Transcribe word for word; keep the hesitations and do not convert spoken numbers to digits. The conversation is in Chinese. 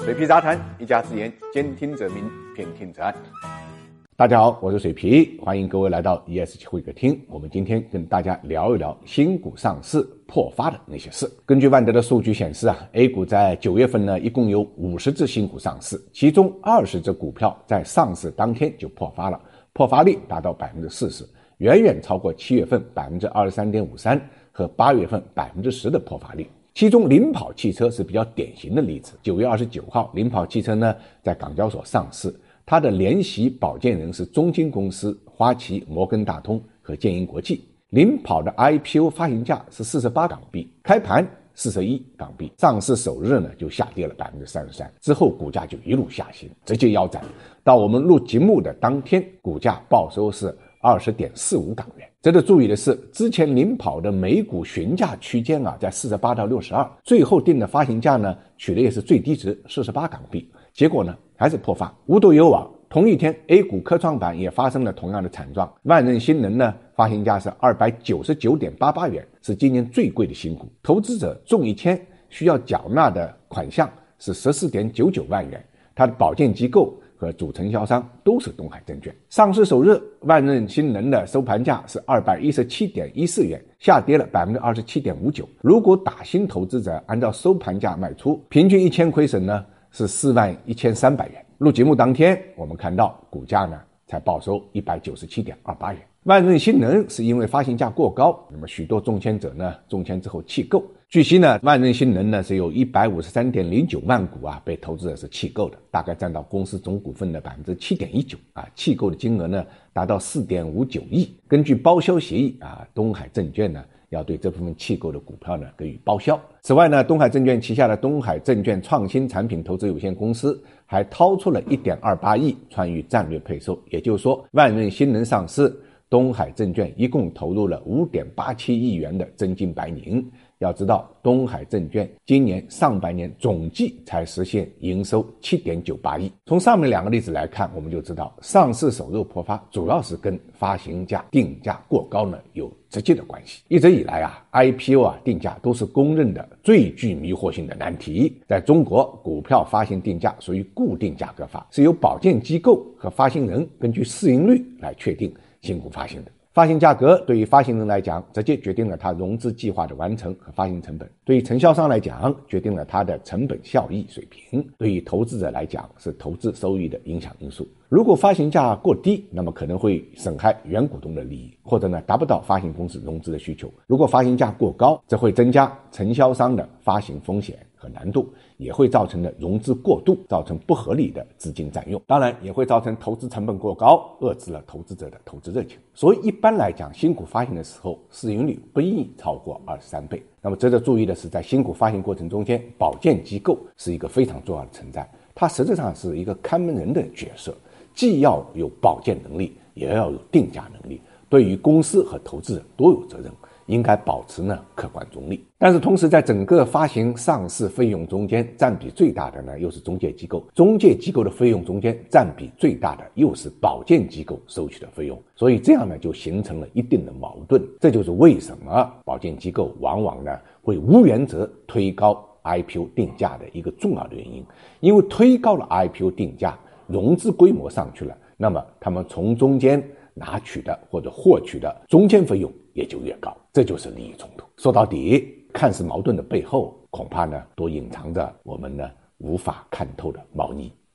水皮杂谈，一家之言，兼听则明，偏听则暗。大家好，我是水皮，欢迎各位来到 E S 七会客厅。我们今天跟大家聊一聊新股上市破发的那些事。根据万德的数据显示啊 ，A 股在九月份呢，一共有五十只新股上市，其中二十只股票在上市当天就破发了，破发率达到 百分之四十， 远远超过七月份 百分之二十三点五三 和八月份 百分之十 的破发率。其中领跑汽车是比较典型的例子。九月二十九号，领跑汽车呢在港交所上市，它的联席保荐人是中金公司、花旗、摩根大通和建银国际。领跑的 I P O 发行价是四十八港币，开盘四十一港币，上市首日呢就下跌了 百分之三十三， 之后股价就一路下行，直接腰斩。到我们录节目的当天，股价报收是 二十点四五港元。值得注意的是，之前领跑的每股询价区间啊，在四十八到六十二，最后定的发行价呢，取的也是最低值四十八港币，结果呢还是破发。无独有偶，同一天 A 股科创板也发生了同样的惨状，万润新能呢发行价是 二百九十九点八八元，是今年最贵的新股，投资者中一千需要缴纳的款项是 十四点九九万元，它的保荐机构和主承销商都是东海证券。上市首日，万润新能的收盘价是 二百一十七点一四元，下跌了 百分之二十七点五九。如果打新投资者按照收盘价卖出，平均一千亏损呢是四万一千三百元。录节目当天，我们看到股价呢才报收 一百九十七点二八元。万润新能是因为发行价过高，那么许多中签者呢中签之后弃购。据悉呢，万润新能呢是有 一百五十三点零九万股啊被投资者是弃购的，大概占到公司总股份的 百分之七点一九 啊，弃购的金额呢达到 四点五九亿。根据包销协议啊，东海证券呢要对这部分弃购的股票呢给予包销。此外呢，东海证券旗下的东海证券创新产品投资有限公司还掏出了 一点二八亿参与战略配售，也就是说万润新能上市，东海证券一共投入了 五点八七亿元的真金白银。要知道，东海证券今年上半年总计才实现营收 七点九八亿。从上面两个例子来看，我们就知道上市首日破发主要是跟发行价定价过高呢有直接的关系。一直以来啊 I P O 啊定价都是公认的最具迷惑性的难题。在中国，股票发行定价属于固定价格法，是由保荐机构和发行人根据市盈率来确定新股发行的。发行价格对于发行人来讲，直接决定了他融资计划的完成和发行成本；对于承销商来讲，决定了他的成本效益水平；对于投资者来讲，是投资收益的影响因素。如果发行价过低，那么可能会损害原股东的利益，或者呢达不到发行公司融资的需求；如果发行价过高，则会增加承销商的发行风险和难度，也会造成的融资过度，造成不合理的资金占用，当然也会造成投资成本过高，遏制了投资者的投资热情。所以一般来讲，新股发行的时候，市盈率不宜超过二十三倍。那么值得注意的是，在新股发行过程中间，保荐机构是一个非常重要的存在，它实质上是一个看门人的角色，既要有保荐能力，也要有定价能力，对于公司和投资者都有责任，应该保持呢客观中立。但是同时在整个发行上市费用中间，占比最大的呢又是中介机构，中介机构的费用中间占比最大的又是保荐机构收取的费用，所以这样呢就形成了一定的矛盾。这就是为什么保荐机构往往呢会无原则推高 I P O 定价的一个重要的原因。因为推高了 I P O 定价，融资规模上去了，那么他们从中间拿取的或者获取的中间费用也就越高，这就是利益冲突。说到底，看似矛盾的背后，恐怕呢都隐藏着我们呢无法看透的猫腻。